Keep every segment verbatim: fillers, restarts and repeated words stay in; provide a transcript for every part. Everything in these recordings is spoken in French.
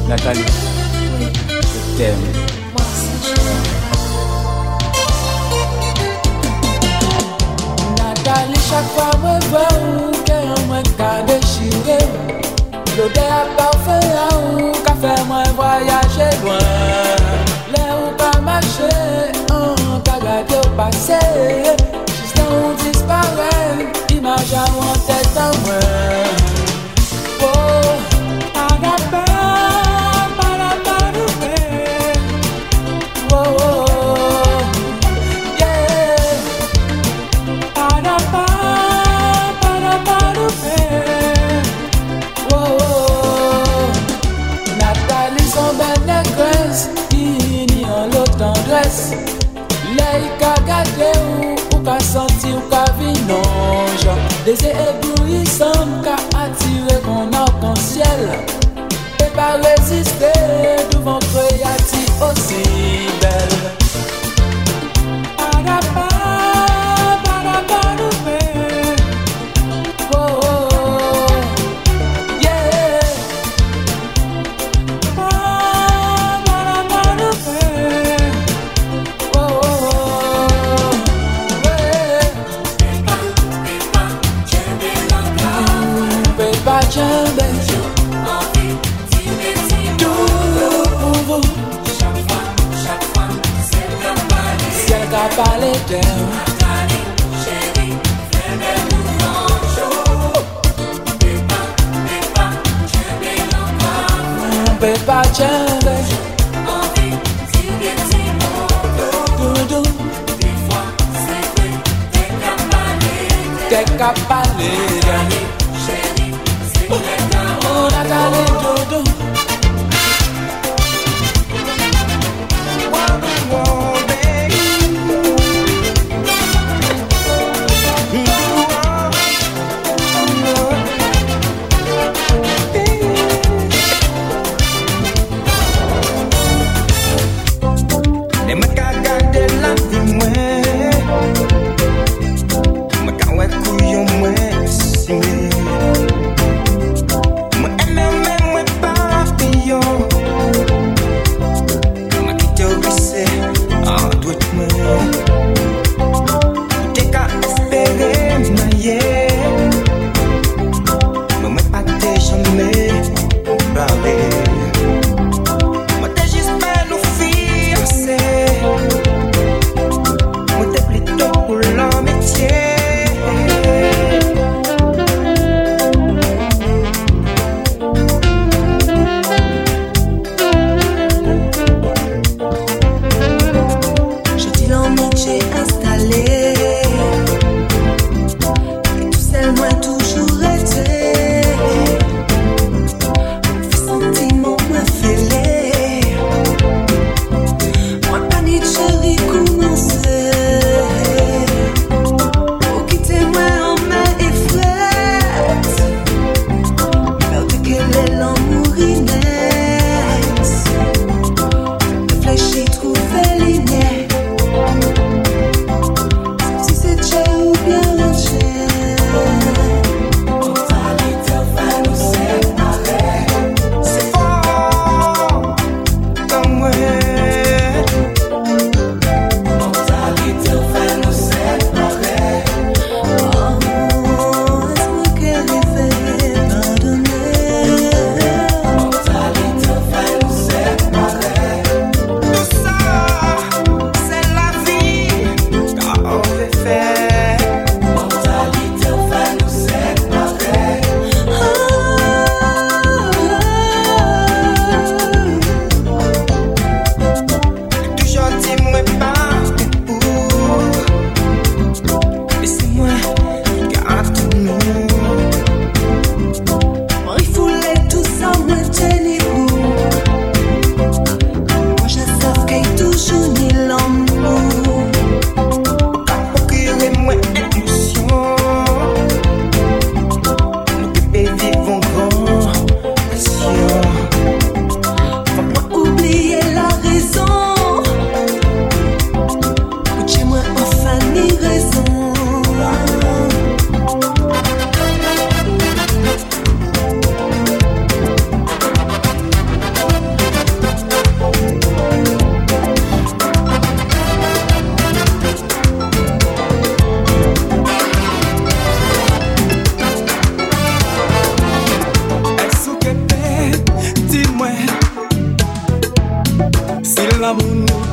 Nathalie, je t'aime. Moi aussi je t'aime. Nathalie, chaque fois moi vois où qu'un moi qu'a déchiré. L'odeur parfait où qu'a fait moi voyager loin. Là où qu'a marché, on qu'a gardé au passé. Juste où disparaît, image en tête en moi. Oh, agapé. Les qu'a gardé ou qu'a senti ou qu'a vu non genre des éblouissants qu'a attiré mon arc-en-ciel et pas résister devant créatif aussi belle. Parler d'elle, Nathalie, chérie, fais-le-nous en jour. Pépa, pépa, j'aime l'encore. Pépa, j'aime envie, tu guettes mon doudou. Des fois, c'est vrai, t'es qu'à parler. T'es qu'à parler Nathalie, chérie, c'est le temps. Oh, Nathalie, doudou. Moi, elle-même, moi,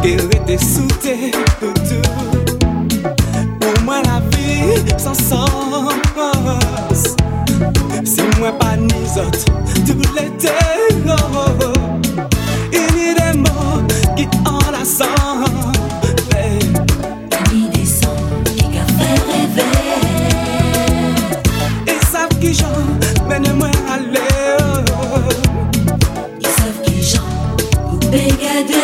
qui était sous tes doudous. Pour moi la vie sans sens. Si moi pas ni autres, tout l'été. Oh, il y a des mots qui enlacent. Il y a des sons qui qu'a fait rêver. Ils savent qui j'en mène moi aller. Ils savent qui j'en ou bégader.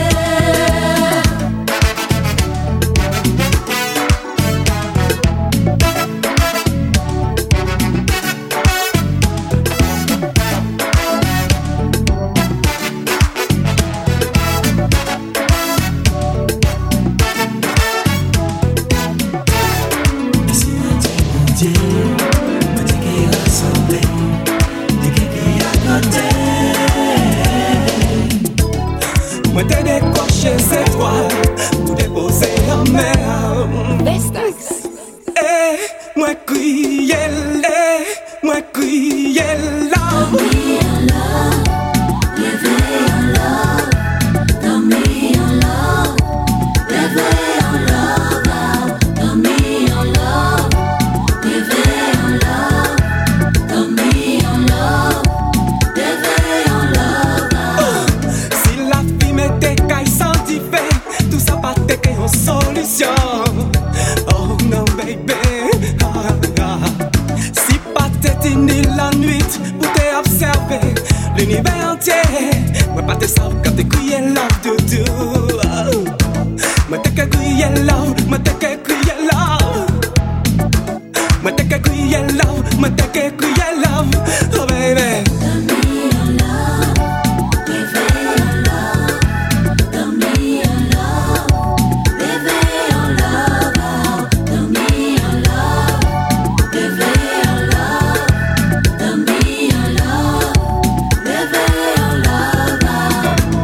Moi t'ai décoché ces toiles pour déposer en mer. Vestax. Eh, moi crier les, moi crier là. Dormir en love, lever en love. Dormir en love, lever en love. Dormir en love, lever en love. Dormir en love, lever en love. Si la vie m'était caille sans diffé, tout ça pas t'es en solution. Oh non baby, ah, ah. Si pas t'es ni la nuit pour t'observer l'univers entier, moi pas te savent quand t'es crié love doudou. Oh. Moi t'es que crié love, moi t'es que crié love. Moi t'es que crié love, moi t'es que crié love. Oh baby. Dormir en love, lever en love. Dormir en love, lever en love. Dormir en love, lever en love. Dormir en love, lever en love.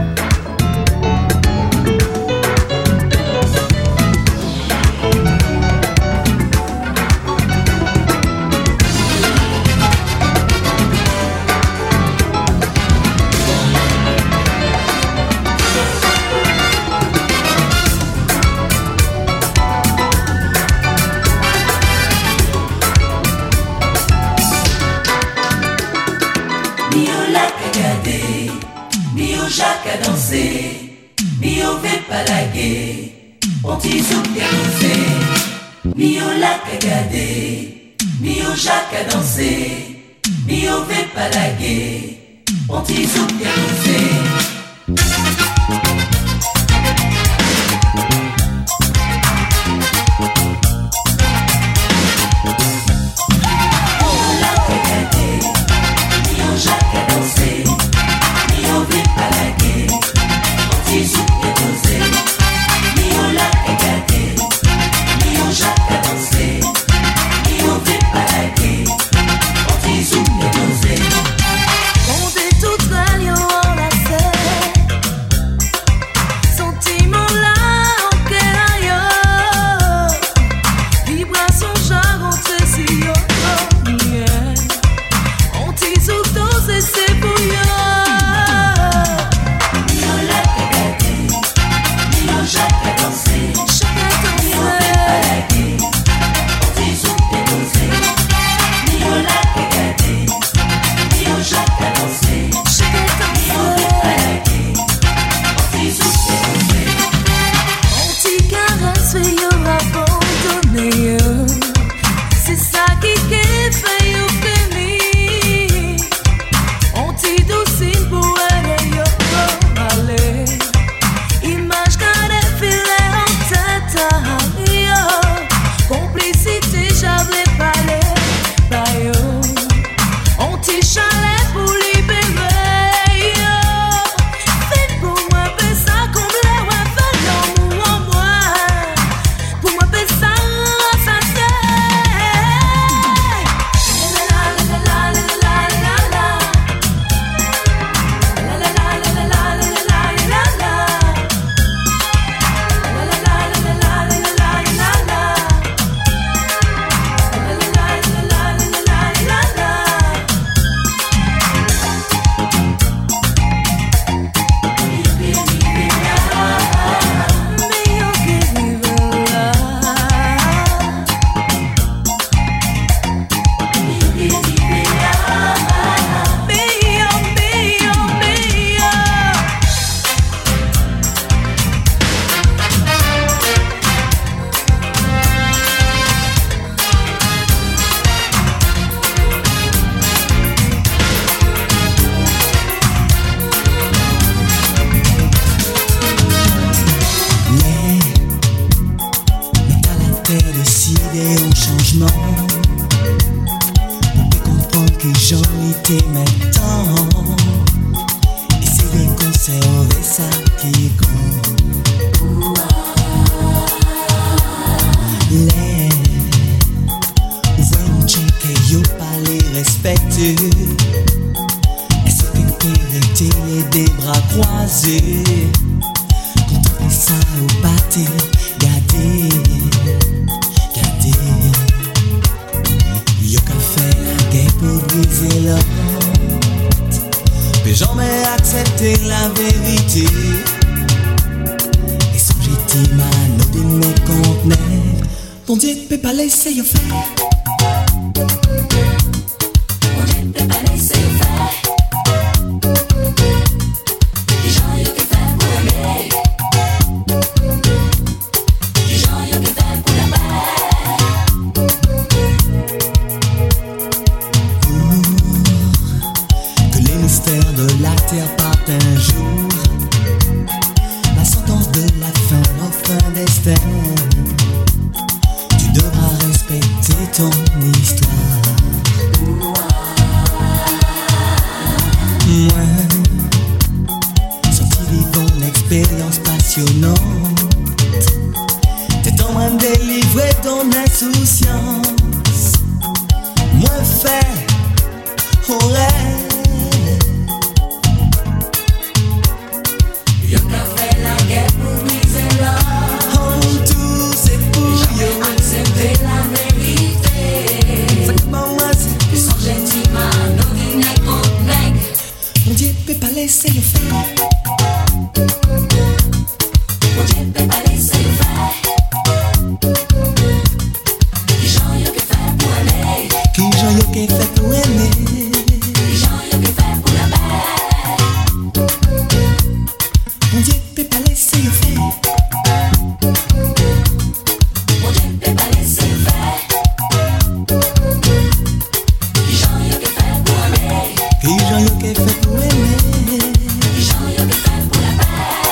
Ni au lac à garder, ni au Jacques à danser, ni au Vép à laguer, on t'y zouk à danser. Ni au lac à garder, ni au Jacques à danser, ni au Vép à laguer, on t'y zouk à danser. On est toutes gagnées en la scène. profiter maintenant. Essayer de conserver ça qui compte. Les ouenche que yo pas les respecter. Est-ce que t'es les des bras croisés? Contempler ça au pâté, garder, garder. Yo qu'a fait la guerre pour briser l'autre. Mais jamais accepter la vérité. Et son j'ai mano de mes conteneurs. Ton Dieu peut pas laisser yo faire. Mon Dieu peut pas laisser yo faire. Les gens yo qui fait pour aimer. Les gens yo qui fait pour la paix. Pour que les mystères de la terre partent un jour. La sentence de la fin offre un destin. Tu devras respecter ton histoire. Moi, sorti vivant une expérience passionnante. T'es en train de délivrer ton insouciance. Moi fait, au rêve. Yo qu'a fait la guerre pour briser l'homme. Oh, tout c'est pour yo. Accepter la vérité. Fait que maman, c'est Ils sont gentils, man, nous dîner contre nègre. mon Dieu peut pas laisser le faire. Mon Dieu peut pas laisser le faire. Les gens yo qui fait pour aimer. Qui j'en yo qui fait pour aimer. Les gens yo qui fait pour la paix. Mon Dieu peut pas laisser le faire. Mon Dieu peut pas laisser le faire. Les gens yo qui fait pour aimer. Qui j'en yo qui fait pour aimer. Les gens yo qui fait pour la paix.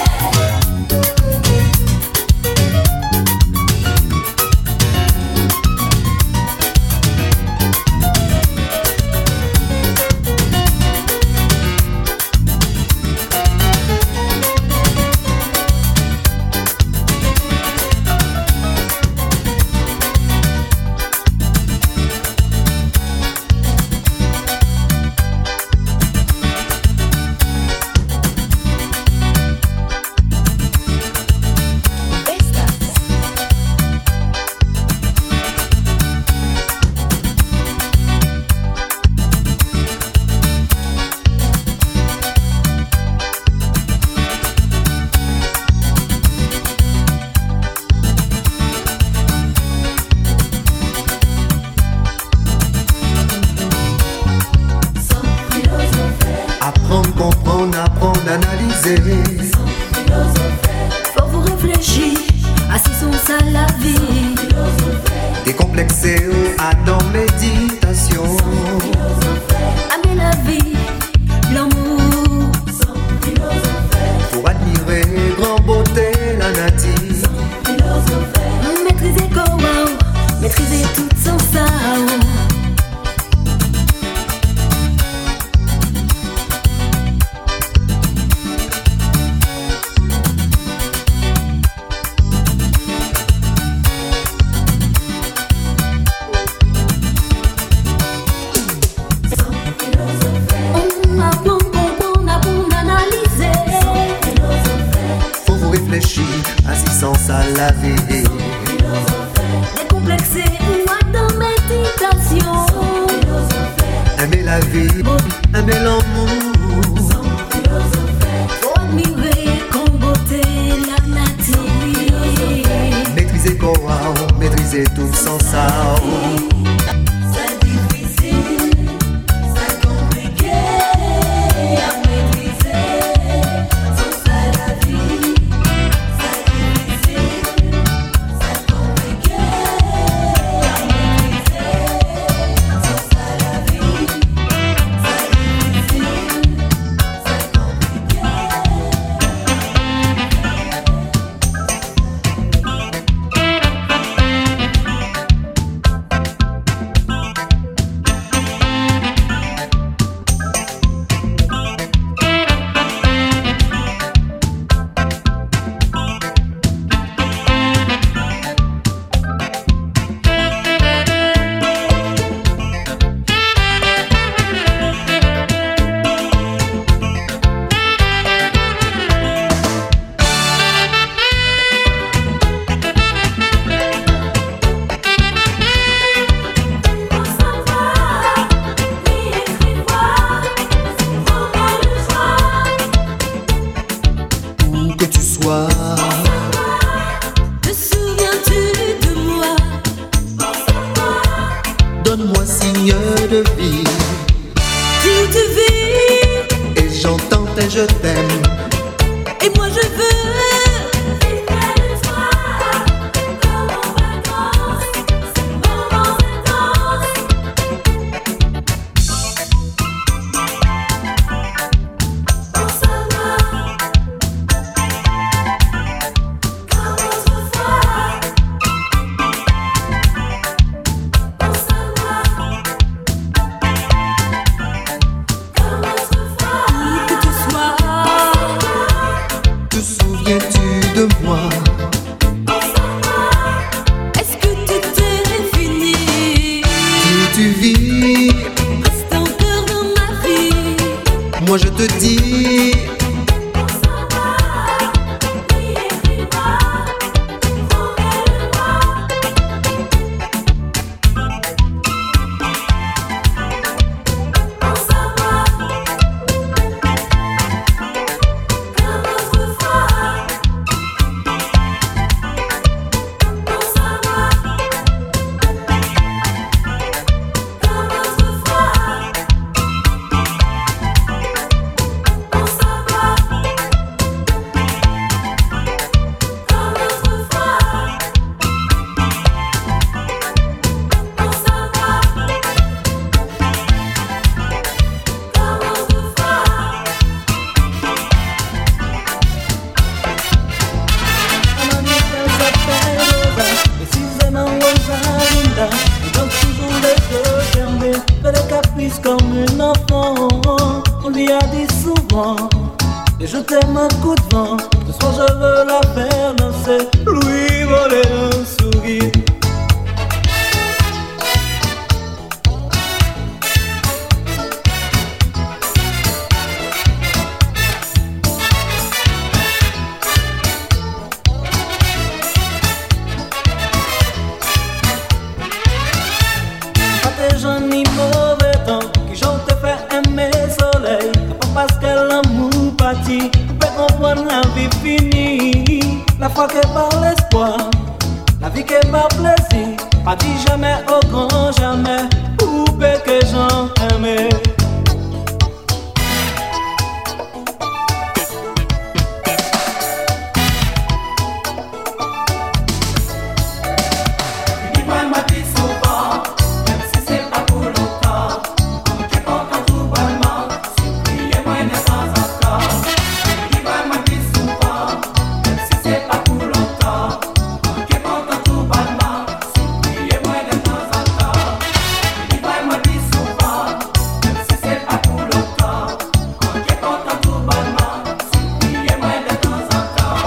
Apprendre, comprendre, apprendre, analyser. Faut vous réfléchir, assis sur ça la vie. Décomplexer à dans méditation. Aimer la vie, l'amour. Pour admirer grand beauté la nature. Maîtriser comment, maîtriser tout sans ça. On apprend, comprendre, apprendre, analyser. Faut vous réfléchir, assistance à la vie. Décomplexer ou à dans méditation. Aimer la vie, aimer l'amour. Faut admirer comme beauté la nature. Maîtriser quoi, maîtriser tout sans ça. C'est difficile, c'est compliqué à maîtriser. Sans ça la vie. C'est difficile, c'est compliqué à maîtriser. Sans ça la vie. C'est difficile, c'est compliqué. et je t'aime. Et moi je veux vivre près de toi, comme en vacances, ces moments intenses. Pense à moi, comme autrefois. Pense à moi, comme autrefois. Où que tu sois. Te souviens-tu de moi? Est-ce que tout est fini? Où tu vis? Reste encore dans ma vie. Moi je te dis. Pense à moi, oui, écris-moi, promets-le-moi. Pense à moi, comme autrefois. Pense à moi, comme autrefois. Pense à moi, comme autrefois. Pense à moi, comme autrefois. Précisément Rosalinda, et donc toujours les yeux fermés, fait des caprices comme une enfant. On lui a dit souvent que je t'aime un coup de vent. Ce soir je veux la faire danser, lui voler un sourire. Pas tes jeunes ni mauvais temps qui j'en te fait aimer soleil. Pas parce que l'amour parti, peut comprendre la vie finie. La foi qui par l'espoir, la vie qui par plaisir. Pas dit jamais au grand jamais, poupée que j'en aimais. Dis-moi, m'a dit souvent, même si c'est pas pour longtemps, comme tu portes en tout bonnement, suppliez-moi de temps en temps. Dis-moi, m'a dit souvent, même si c'est pas pour longtemps, comme tu portes en tout bonnement, suppliez-moi de temps en temps. Dis-moi, m'a dit souvent, même si c'est pas pour longtemps, comme tu portes en tout bonnement, suppliez-moi de temps en temps.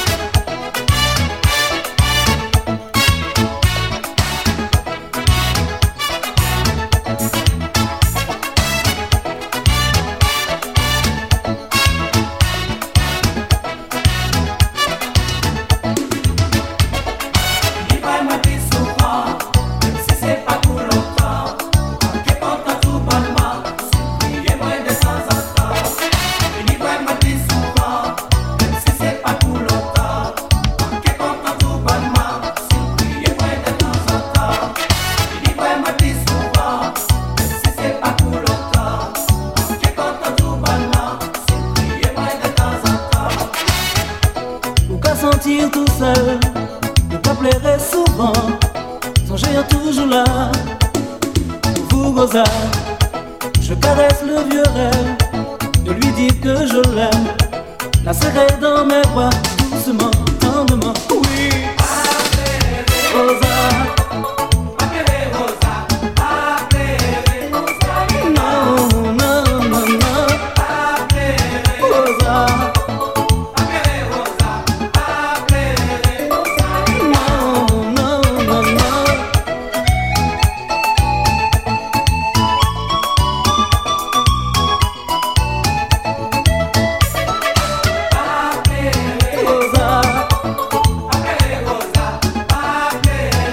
Dis-moi, m'a dit souvent, même si c'est pas pour longtemps, comme tu portes en tout bonnement, suppliez-moi de temps en temps. Dis-moi, m'a dit souvent, même si c'est pas pour longtemps, comme tu portes en tout bonnement, suppliez-moi de temps en temps. Dis-moi, m'a dit souvent, même si c'est pas pour longtemps, comme tu portes en tout bonnement, suppliez-moi de temps en temps. Ou qu'à sentir tout seul, ne pas plairait souvent. Songer toujours là, vous goza. Je caresse le vieux rêve, de lui dire que je l'aime. La serrer dans mes bras, doucement, tendrement. Oui, Rosa. Non, non, non, non. Rosa. Non, non, non, non. Rosa.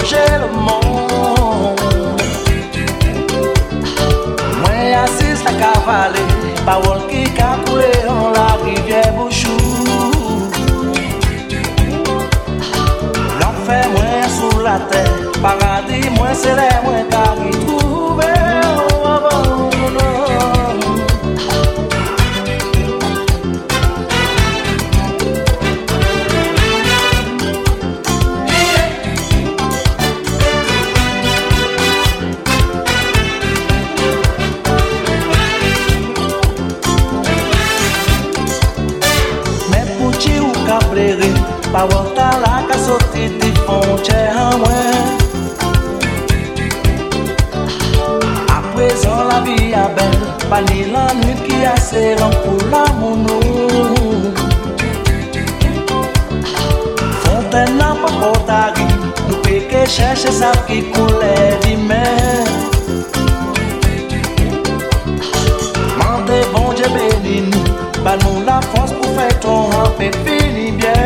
changer le monde. Moi assiste à cavaler, parole qui a coulé dans la rivière Bouchou. L'enfer moi sous la terre, paradis moi c'est les moi t'as retrouvé. Pa volta la ka sorti di frontière moi. À présent la vie est belle, pas ni la nuit qui a assez long pour l'amour nous. Fontaine n'a pas portari, nous piquer chercher ça qui coulait du mer. Mandez bon Dieu béni nous, bah nous la force pour faire ton rempé fini bien.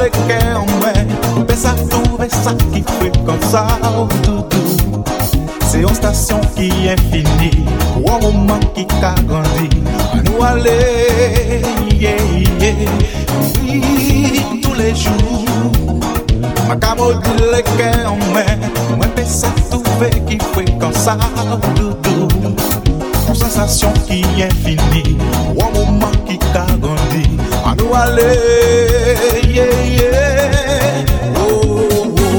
le cœur en main. Mais ça trouve ça qui fait comme ça, oh doudou. C'est une station qui est finie, ou un moment qui t'a grandi. Nous aller, yeah, yeah. Oui, tous les jours. Ma camo dit le cœur en main. Moi, mais ça trouve qui fait comme ça, oh doudou. Une sensation qui est finie, ou un moment qui t'a grandi. Nous aller, yeah, yeah. Oh, oh, oh.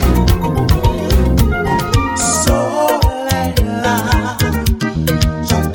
Soledad, yo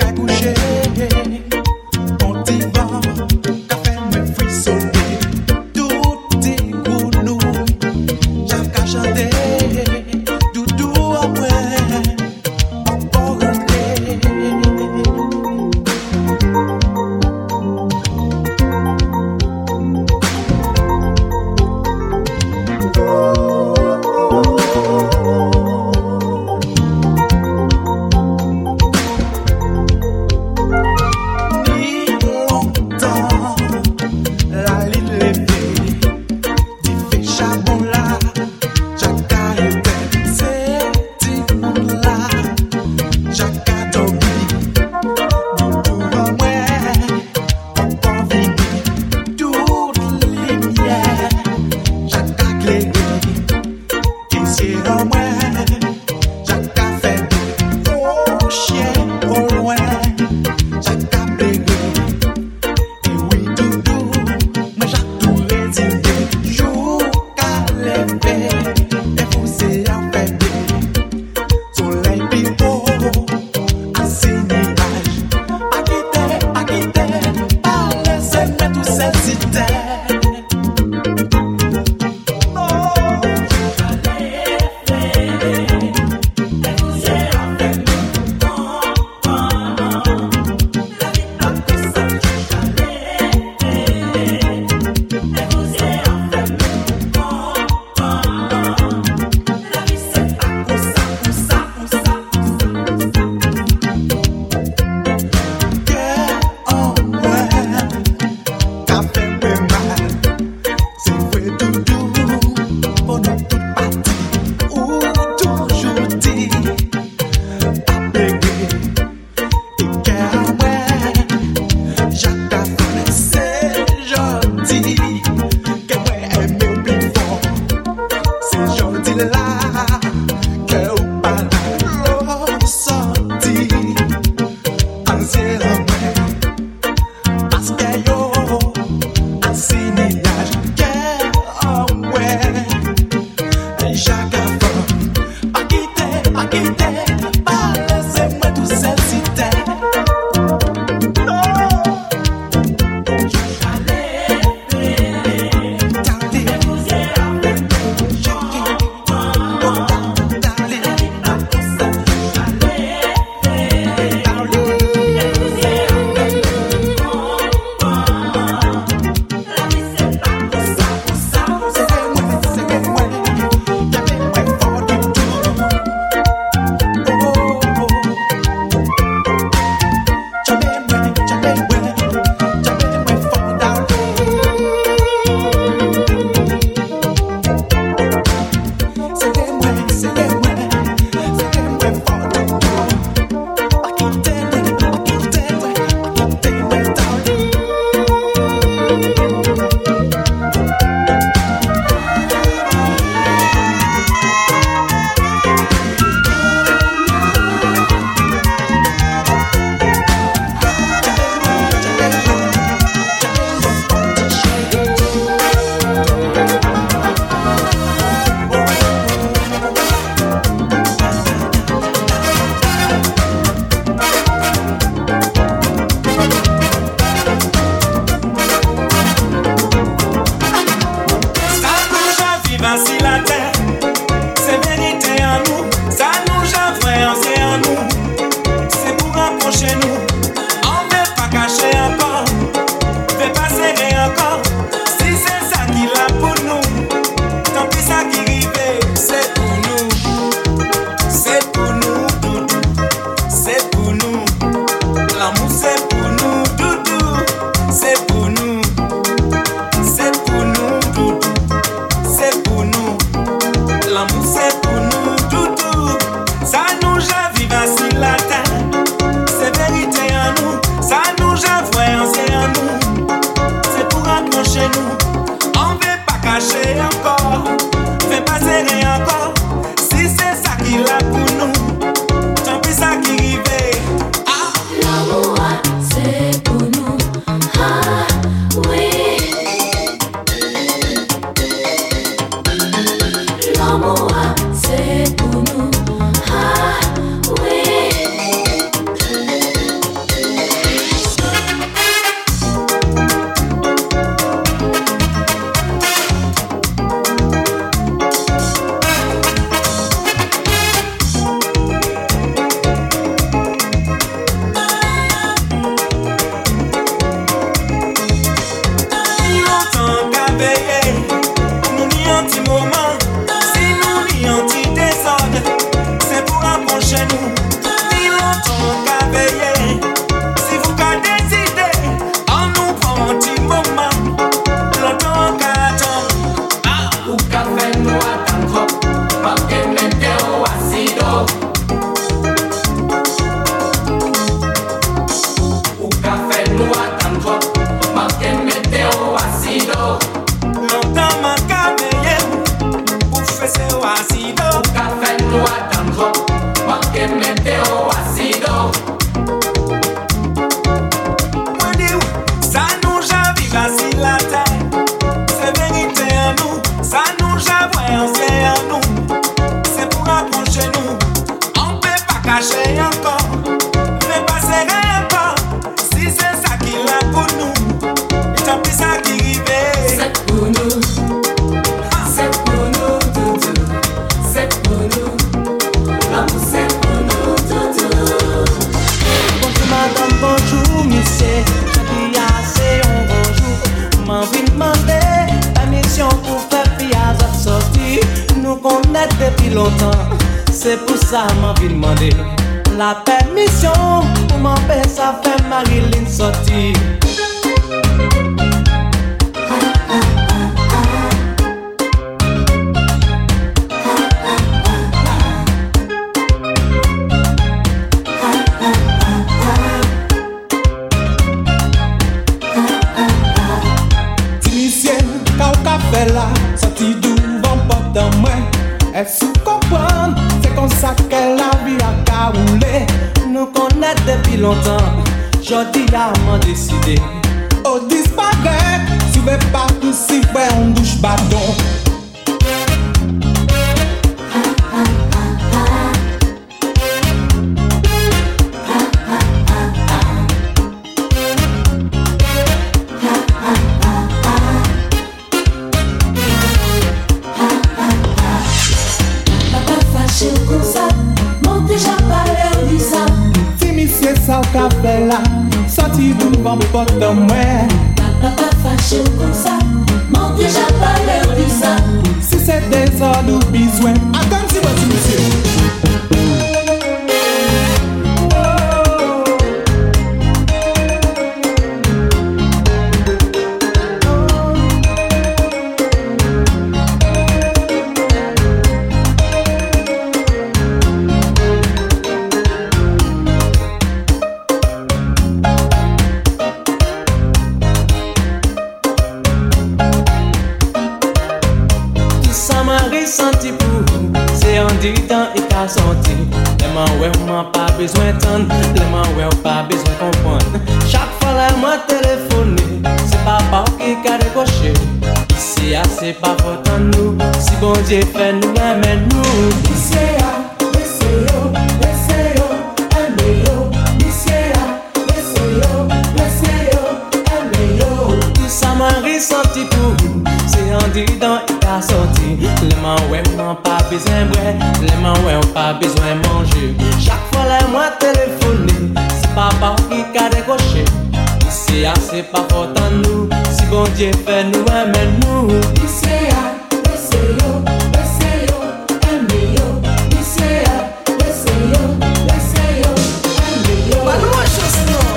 dit dans et qu'a sorti. Les mains ouais, on pas besoin d'entendre. Les mains ouais, on pas besoin de comprendre. Chaque fois là, moi téléphoné, c'est papa qui a décoché. Ici, c'est pas votre nous. Si bon Dieu fait nous, amène-nous. Ici, laissez yo, laissez yo, aimez yo. Ici, laissez yo, laissez yo, aimez yo. Tout ça m'a ressenti tout. C'est en dedans et qu'a sorti. Les mains ouais, on pas besoin de bread. Les mains ouais, on pas besoin de manger. Chaque fois là, moi téléphoné, c'est papa qui a décoché. Ici, c'est pas faute à nous. Si bon Dieu fait nous, amène-nous. Ici, laissez yo, laissez yo, aimez yo. Ici, laissez yo, laissez yo, aimez yo. Pas nous en chose non.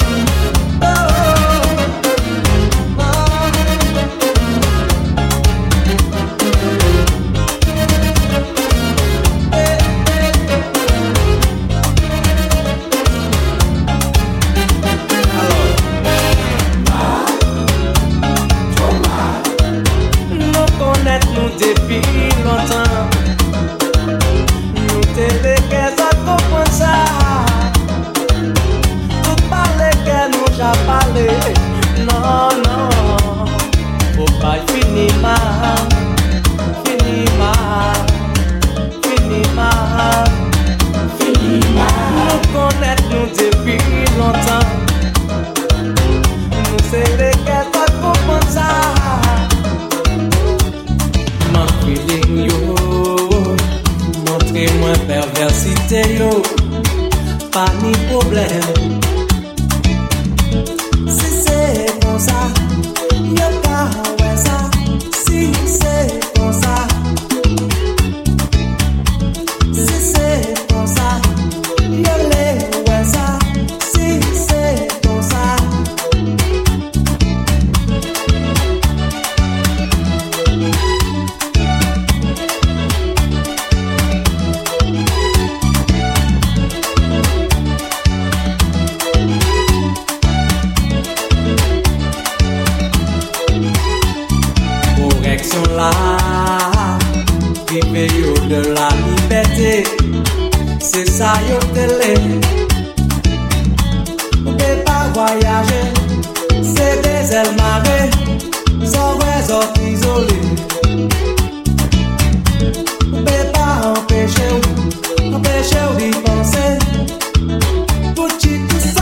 Depuis longtemps, nous t'aider qu'elles ont compris ça. Tout parler qu'elles nous a parlé. Non, non, faut pas finir mal, finir mal, finir mal, finir mal. Nous connaître nous depuis longtemps, nous t'aider qu'elles ont compris ça. Feeling yo, montrez-moi perversité yo, pas ni problème. Si c'est comme ça, yo pas ouais ça. Si c'est comme ça, si c'est comme ça, yo les ouais ça. Si c'est comme ça. Là, privé yo de la liberté, c'est ça yo télé. On peut pas voyager, c'est des ailes marées, sans vrais autres isolés. On peut pas empêcher, empêcher d'y penser. Pour tout ça.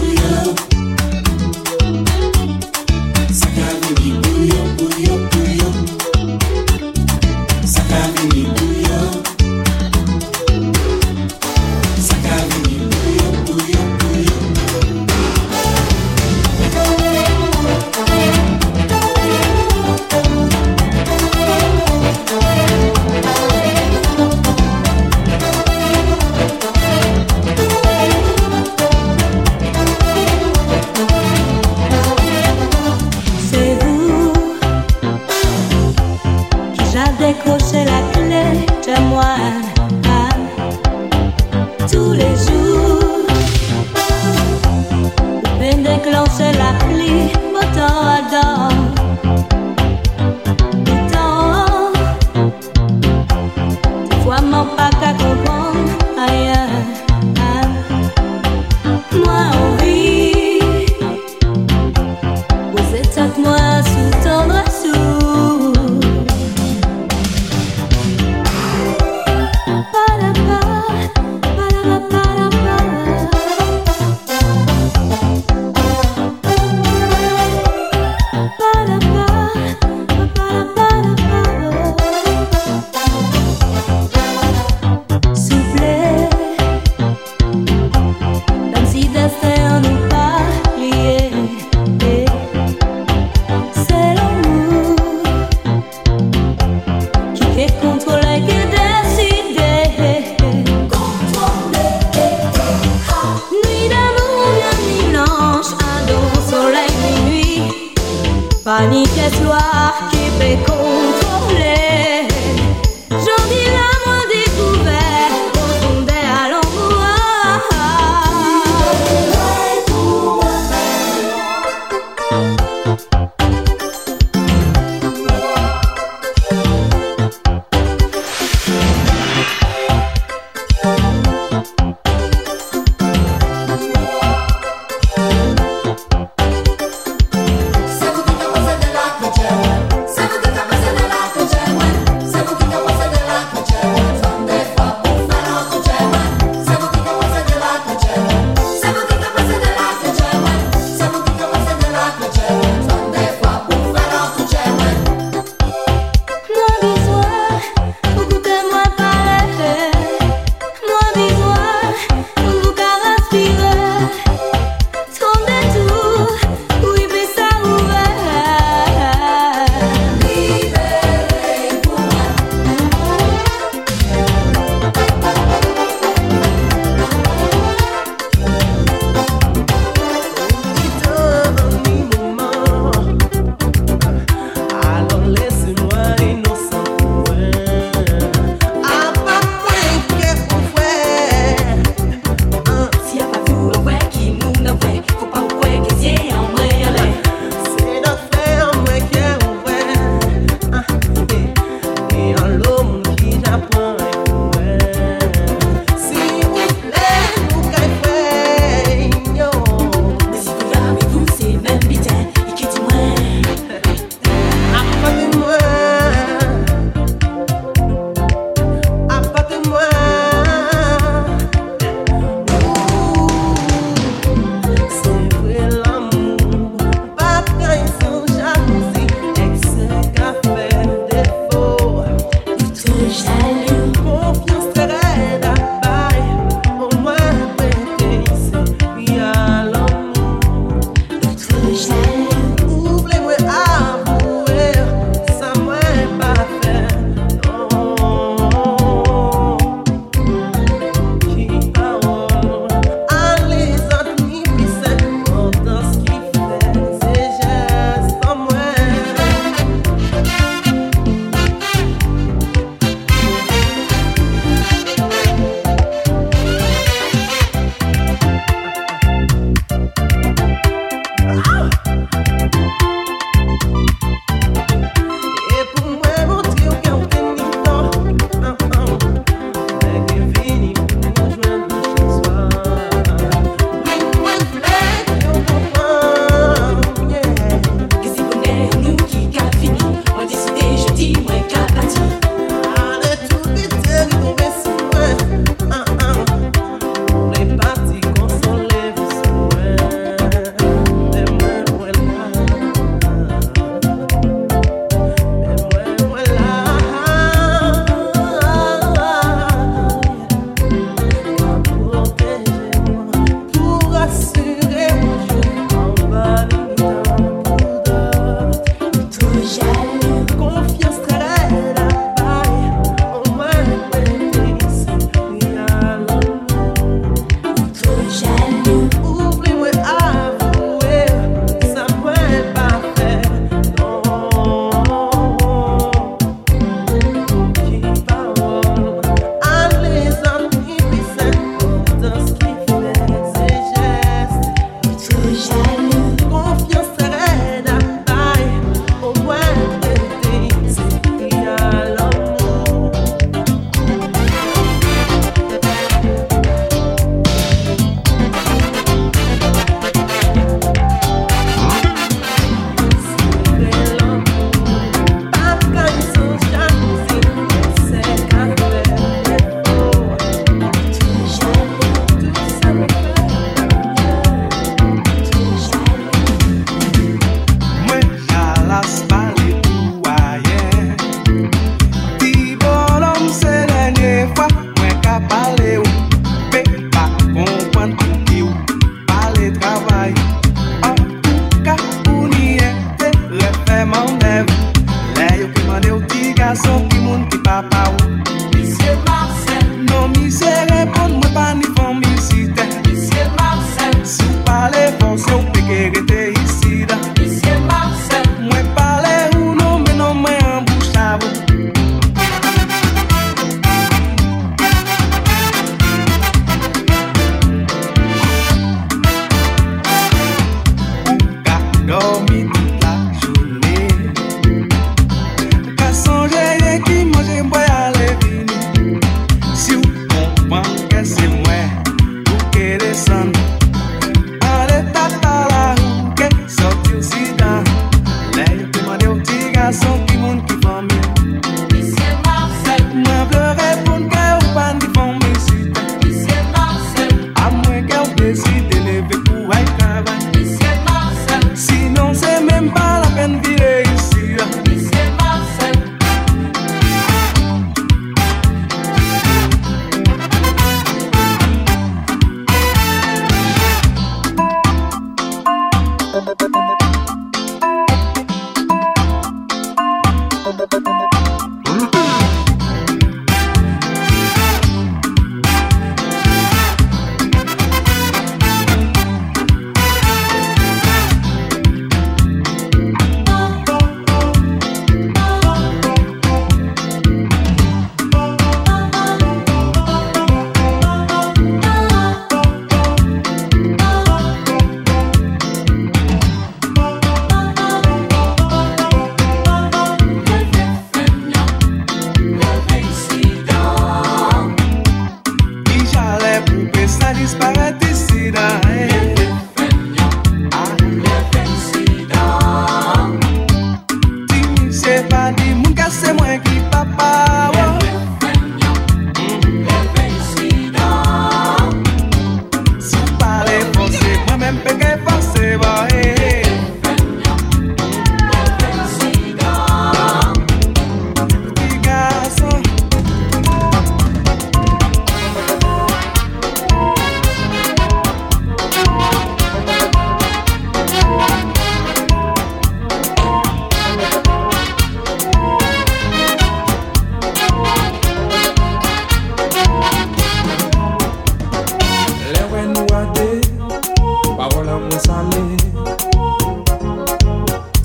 Sakavini, bouillon, bouillon, bouillon. qu'à comprendre. Aïe, aïe. Moi envie, vous êtes avec moi sous ton dessous. Palapa, palapa, palapa. Soufflez, comme si destin nous parlait. C'est l'amour qui fait contrôler, qui décider. Nuit d'amour, nuit blanche, ado, soleil, minuit. Panique et soir qui fait contrôler. J'en dis l'amour découvert, confondé à l'amour. C'est une demoiselle de la Chrétienne.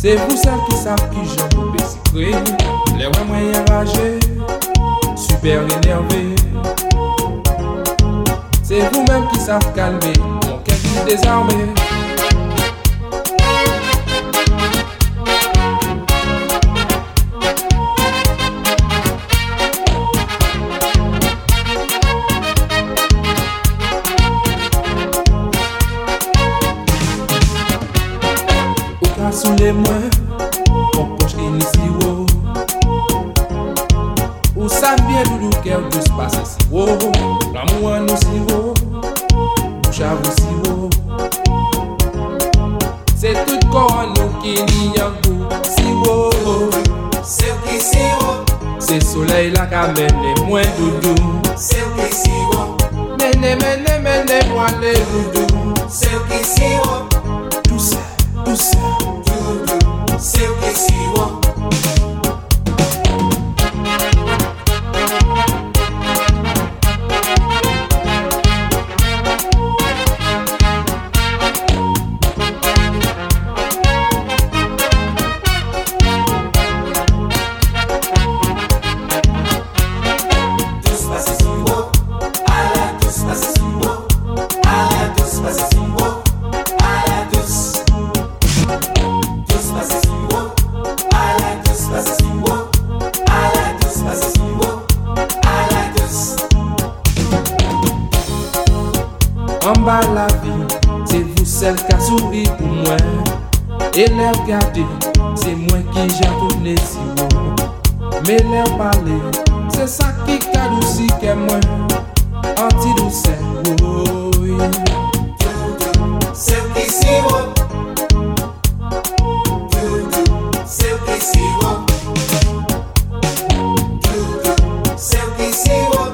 C'est vous celles qui savent qui j'en peux secret. Les ouais moyens enragés, super énervé. C'est vous-même qui savent calmer mon cœur qui désarmé. Sous les moins, mon poche qui n'y si haut. Où ça vient doudou qu'elle peut se passer si haut. L'amour nous si haut, bouche à vous si haut. C'est tout corps nous qui n'y a goût si haut. C'est qui si haut. C'est soleil là qui amène les moins doudou. C'est qui si haut. Mene mene mene moi les doudou. C'est qui si haut. Douceur, douceur. C'est o que se voit. En bas la vie, c'est vous celle qui a souri pour moi. Et les regarder, c'est moi qui j'ai tourné si haut. Mais les parler, c'est ça qui cadouci que moi. Anti-douceur, oui. C'est qui si haut. C'est qui si haut. C'est qui si haut.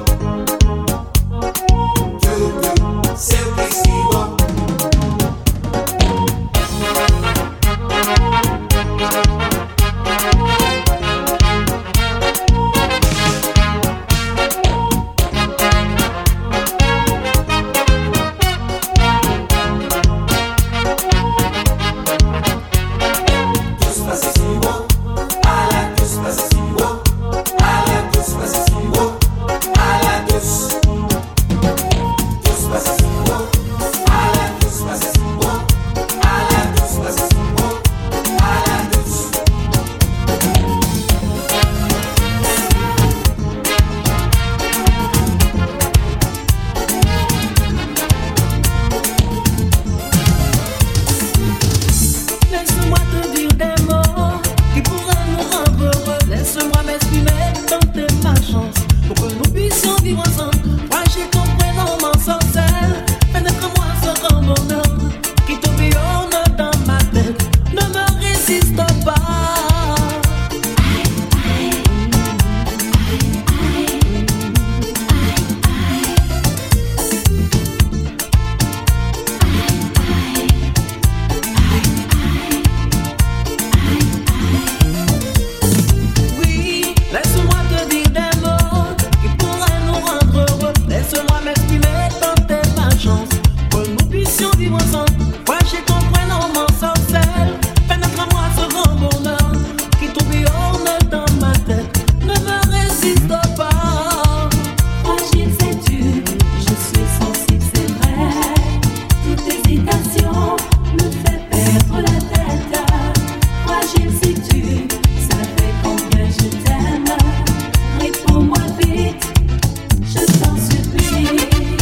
Réponds-moi vite, je t'en supplie.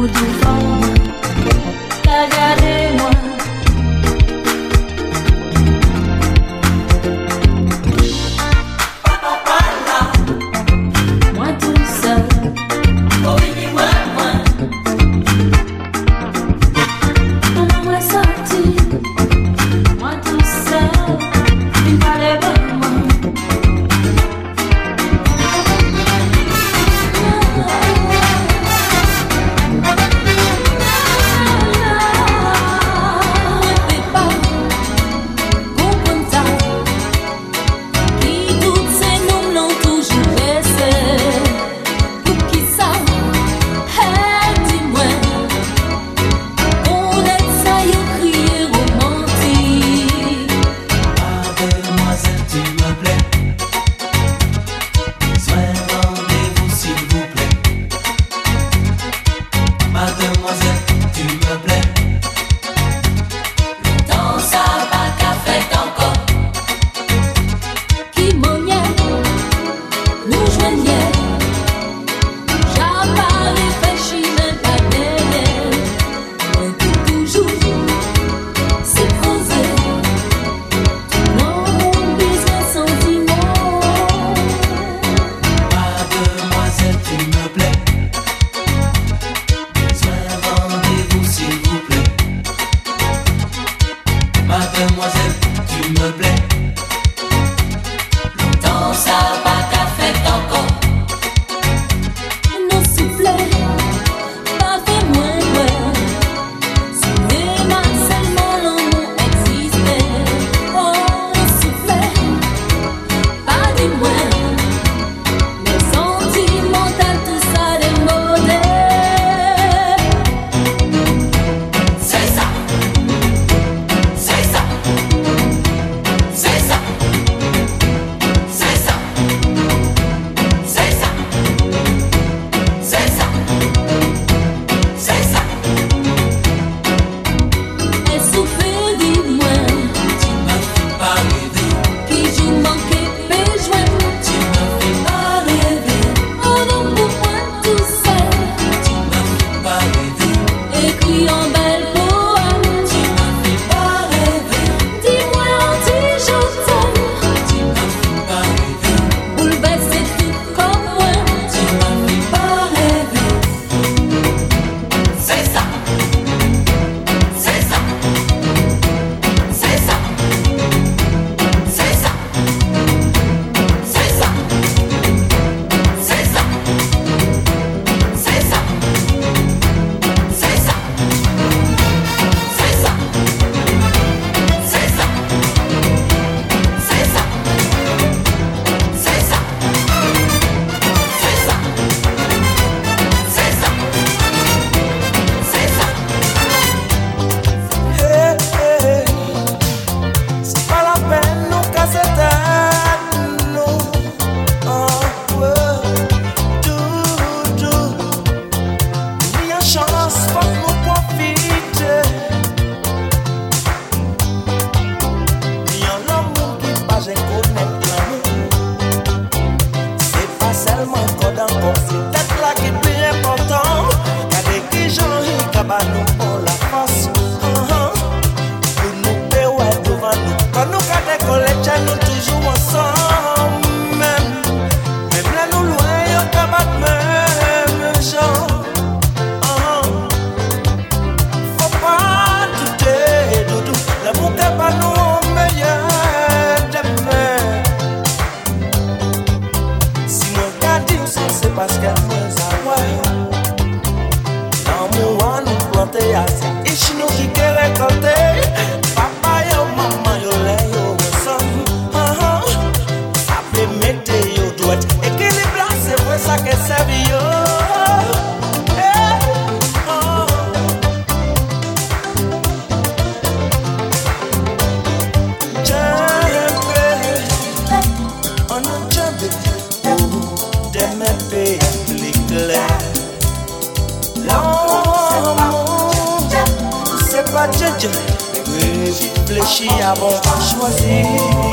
Réfléchis avant de choisir.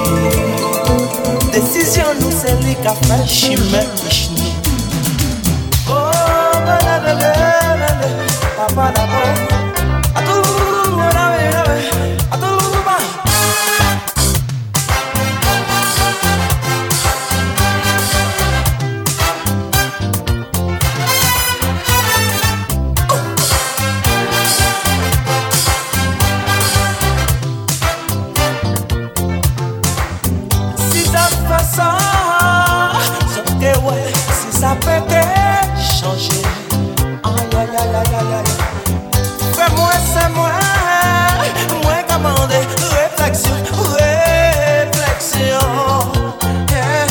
Décision nous c'est les cafés chimères. Oh, la la la la la. aïe aïe aïe. Fais-moi ça moi, moi commandé, réflexion, réflexion. Yeah.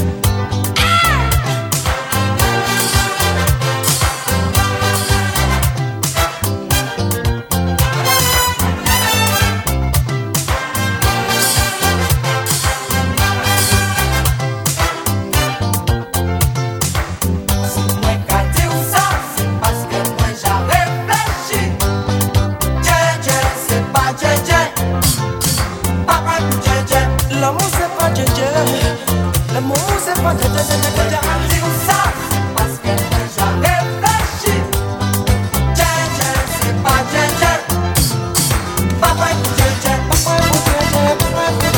L'amour c'est pas djé djé. L'amour c'est pas djé djé djé djé djé. Dis ça parce que moi j'ai réfléchi. Djé djé c'est pas djé djé. Papa pour djé djé, papa pour djé djé, papa pour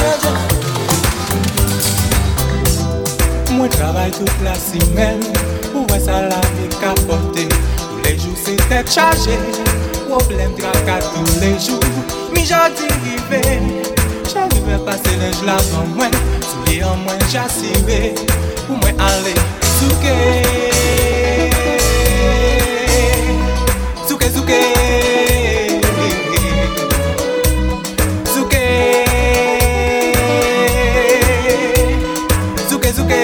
djé djé. Moi travaille toute la semaine pour voir ça la vie capoter. Tous les jours c'est tête chargée, problème tracas tous les jours. Mi jodi rivé. J'arrive à passer l'ange là devant moi. Soulier en moins j'assiré. Pour moi aller souké. Souké, souké. Souké. Souké, souké.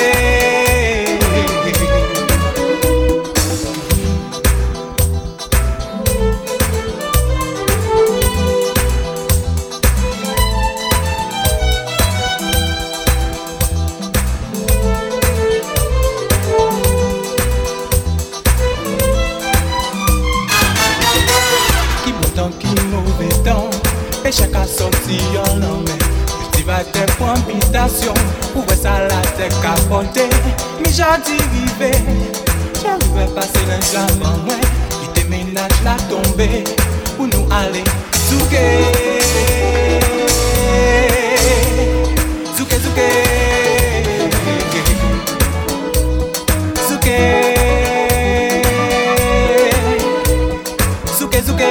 Et chaque sortie en l'emmène. Tu vas te prendre invitation. Pour voir ça la tête capoter. Mais j'ai arrivé. J'arrive à passer l'ange avant moi. Qui déménage la tombée. Pour nous aller souké. Souké, souké. Souké. Souké, souké.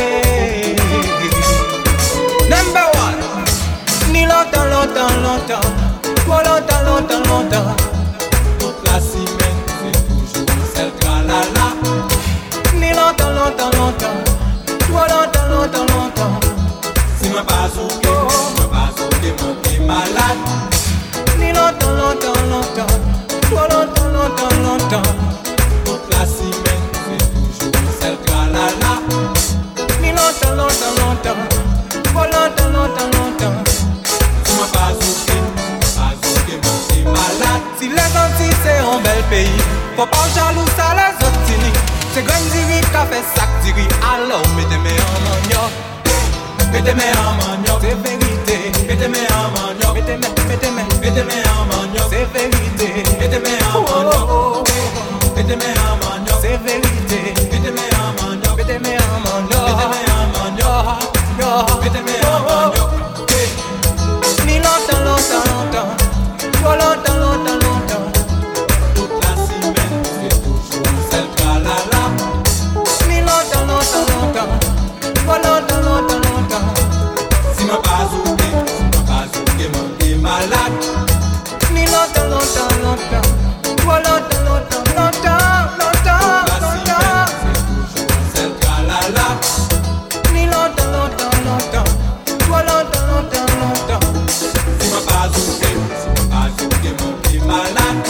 Number one. Ni longtemps, longtemps, longtemps. Trop longtemps, longtemps, longtemps. Toute la semaine, c'est toujours celle tralala. Ni longtemps, longtemps, longtemps. Trop longtemps, longtemps, longtemps. Si ma pas ok, ma pas ok, ma t'es malade. Ni longtemps, longtemps, longtemps. Trop longtemps, longtemps, longtemps. Toute la semaine, c'est toujours celle tralala. Ni longtemps, longtemps, longtemps. Trop longtemps, longtemps, longtemps. Si ma pas ok, pas ok, ma t'es malade. Si les Antilles c'est un bel pays, faut pas jaloux ça les Antilles. C'est grand diri qu'a fait sac diri. Alors mettez-moi en manioc. Mettez-moi en manioc, c'est vérité. Mettez-moi en manioc. Mettez-moi, mettez-moi, mettez-moi en manioc, c'est vérité. Mettez-moi en manioc. Mettez-moi en manioc, c'est vérité. Mettez-moi en manioc. Mettez-moi en manioc. Mettez-moi en manioc. Mettez-moi en manioc. Ni longtemps, longtemps, longtemps. Trop longtemps, longtemps, longtemps. Toute la semaine, c'est toujours celle tralala. Ni longtemps, longtemps, longtemps. Trop longtemps, longtemps, longtemps. Si ma pas ok, si ma pas ok, ma t'es malade. Ni longtemps, longtemps, longtemps. Trop longtemps, longtemps, longtemps, longtemps, longtemps. C'est toujours celle tralala. Ni longtemps, longtemps, longtemps. Trop longtemps, longtemps, longtemps. Si ma pas ok, si ma pas ok, ma t'es malade.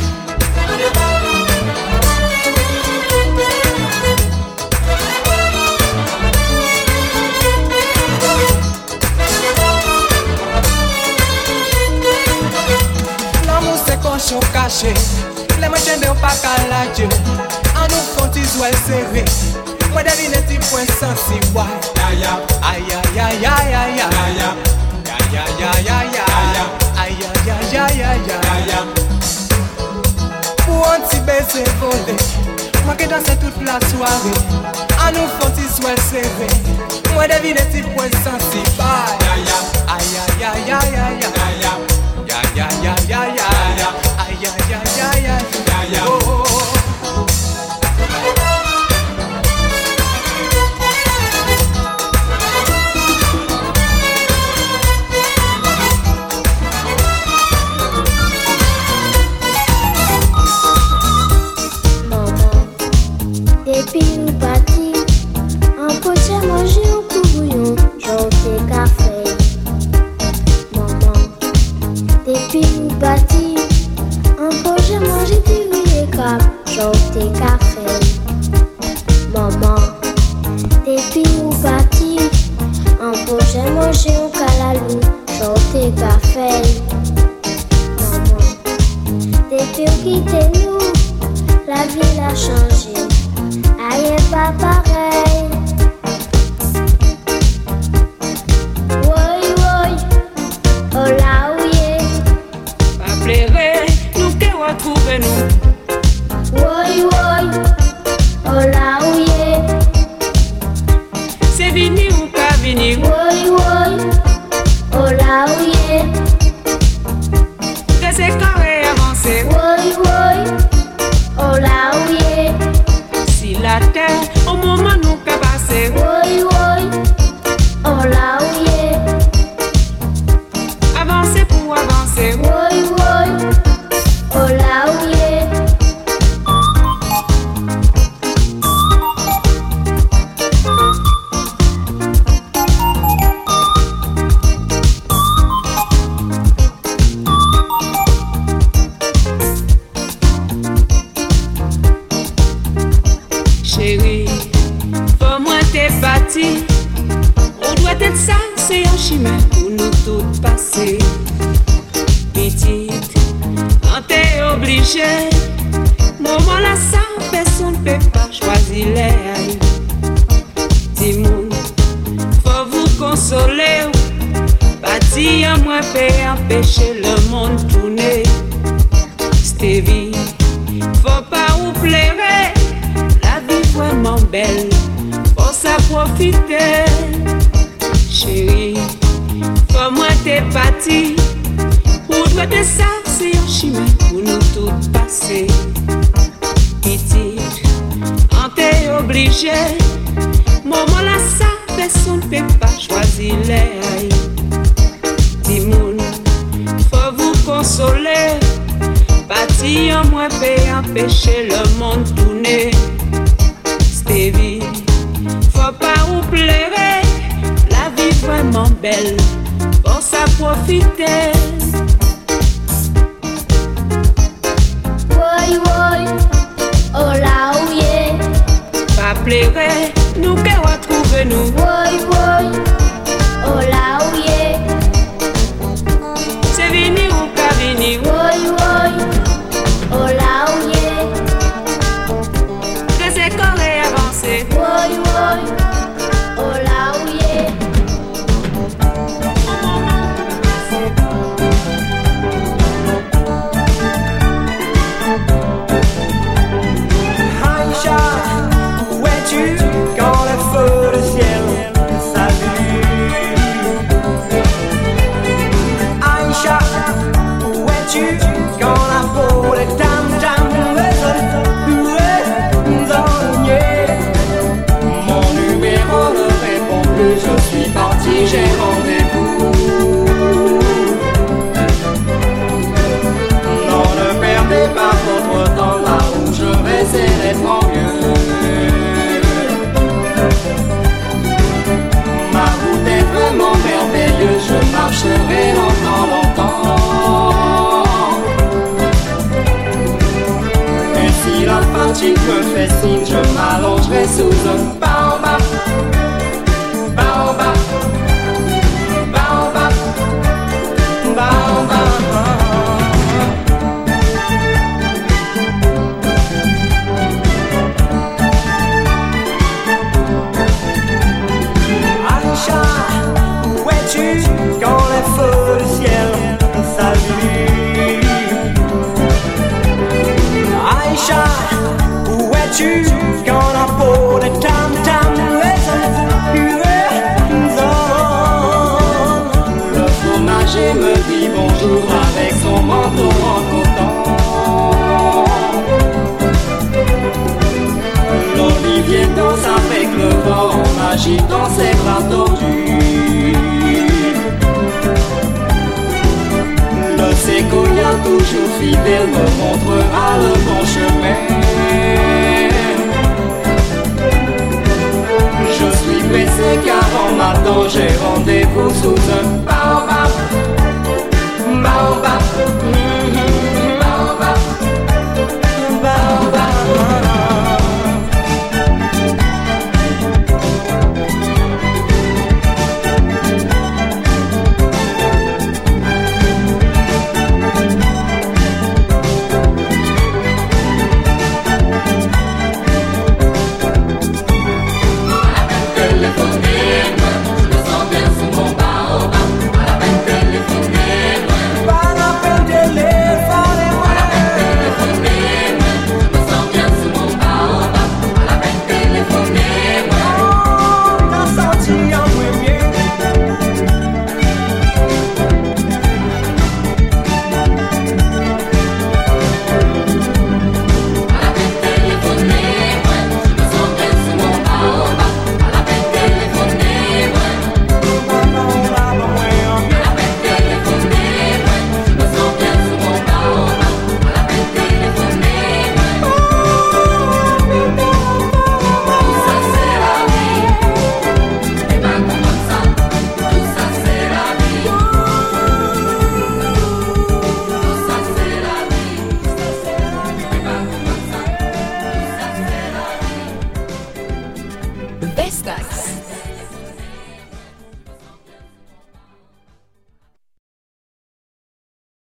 L'amour c'est qu'on choque caché. Les moyens de pas calager. En nous font ils jouent serré. Moi devine tes points sensibles. Aïe aïe aïe aïe aïe aïe aïe aïe aïe aïe aïe aïe aïe aïe aïe. Pour un petit baiser volé. Moi qui danse toute la soirée. En nous font ils jouent serré. Moi devine tes points sensibles. Aïe aïe aïe aïe aïe aïe aïe. Ya ya ya ya ya ya ay ya ya ya ya ya oh. Maman, depuis nous partis, pas pareil. Oui, oui, oh là où y est. Pas plairait, nous que retrouver nous. Oui, oui, oh là où y est. C'est vini ou pas vini. Oui, oui, oh là où y est. Que c'est carré avancé. Oui, oui, oh là où y est. Si la terre, au moment nous qu'a passé. Oui, oui, oh là où y est. Avancer pour avancer. Oui, oui, oh là où y est. Chérie, faut moi t'es parti. On doit être ça, c'est un chemin pour nous toutes passer. Petite, quand t'es obligé, moment là ça, personne ne peut pas choisir les. Dis-moi, faut vous consoler. Bâti à moi peut empêcher le monde tourner. Stevie, faut pas vous plaire. La vie vraiment belle, pour ça profiter. Chérie, faut moi t'es parti. Où doit être ça, c'est un chemin pour nous toutes passer. Petite, quand t'es obligé, moment là ça, personne ne peut pas choisir les. Dis-moi, faut vous consoler. Bâti en moi peut empêcher le monde tourner. Stevie, faut pas vous plaire. La vie vraiment belle, pour ça profiter. Oui, oui, oh là où y est. Pas plaire, nous que retrouver nous. Oui, oui, oh là où y est. C'est vini ou pas vini. Oui, oui, oh là où y est. Que c'est correct avancé. Oui, oui, oh là où y est. Aïcha, où es-tu quand le feu de ciel s'allume? Aïcha, où es-tu quand la peau des tam-tam résonne? Où est mon numéro ne répond plus, je suis parti, j'ai rendez-vous. Non, ne perdez pas votre temps là où je vais, c'est trop mieux. Ma route est vraiment merveilleuse, je marcherai longtemps, longtemps. Et si la fatigue me fait signe, je m'allongerai sous un baobab. Baobab, baobab, baobab. Aïcha, où es-tu quand les feux du ciel s'allument? Aïcha, où es-tu quand la peau des tam-tam résonne? Le fromager me dit bonjour avec son manteau en coton. L'olivier danse avec le vent en agitant ses bras tordus. Le séquoia toujours fidèle me montrera le bon chemin. Je suis pressé car en m'attend, j'ai rendez-vous sous un baobab. Baobab, mm-hmm. Baobab, baobab. Vestax.